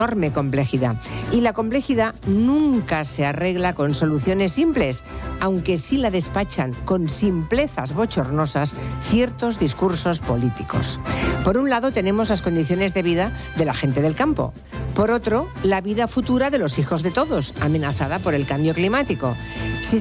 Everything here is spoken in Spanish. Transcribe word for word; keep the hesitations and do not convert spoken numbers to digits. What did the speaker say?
enorme complejidad. Y la complejidad nunca se arregla con soluciones simples, aunque sí la despachan con simplezas bochornosas ciertos discursos políticos. Por un lado tenemos las condiciones de vida de la gente del campo. Por otro, la vida futura de los hijos de todos, amenazada por el cambio climático. Si